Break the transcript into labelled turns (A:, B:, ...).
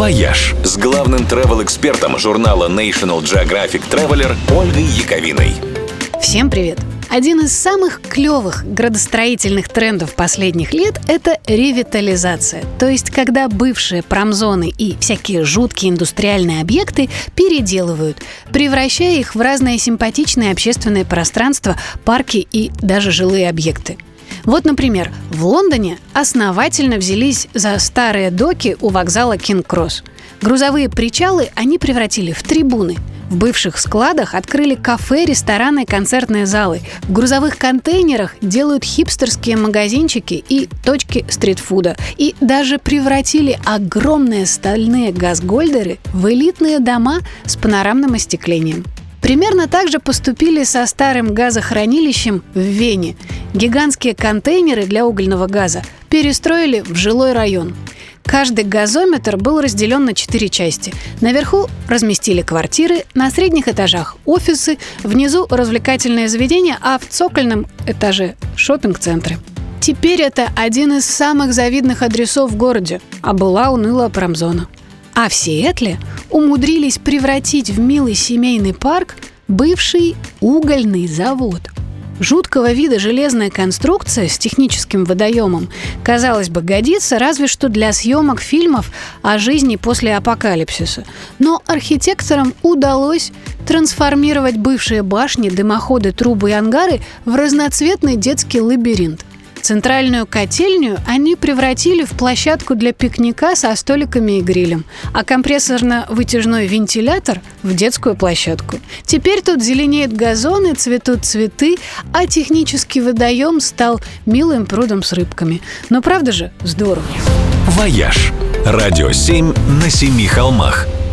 A: «Вояж» с главным travel-экспертом журнала National Geographic Traveler Ольгой Яковиной.
B: Всем привет! Один из самых клевых градостроительных трендов последних лет – это ревитализация. То есть, когда бывшие промзоны и всякие жуткие индустриальные объекты переделывают, превращая их в разные симпатичные общественные пространства, парки и даже жилые объекты. Вот, например, в Лондоне основательно взялись за старые доки у вокзала Кинг-Кросс. Грузовые причалы они превратили в трибуны. В бывших складах открыли кафе, рестораны, концертные залы. В грузовых контейнерах делают хипстерские магазинчики и точки стритфуда. И даже превратили огромные стальные газгольдеры в элитные дома с панорамным остеклением. Примерно так же поступили со старым газохранилищем в Вене. Гигантские контейнеры для угольного газа перестроили в жилой район. Каждый газометр был разделен на 4 части. Наверху разместили квартиры, на средних этажах – офисы, внизу – развлекательные заведения, а в цокольном этаже – шоппинг-центры. Теперь это один из самых завидных адресов в городе, а была унылая промзона. А в Сиэтле умудрились превратить в милый семейный парк бывший угольный завод. Жуткого вида железная конструкция с техническим водоемом, казалось бы, годится разве что для съемок фильмов о жизни после апокалипсиса. Но архитекторам удалось трансформировать бывшие башни, дымоходы, трубы и ангары в разноцветный детский лабиринт. Центральную котельную они превратили в площадку для пикника со столиками и грилем, а компрессорно-вытяжной вентилятор – в детскую площадку. Теперь тут зеленеют газоны, цветут цветы, а технический водоем стал милым прудом с рыбками. Но правда же здорово?
A: «Вояж» – радио 7 на 7 холмах.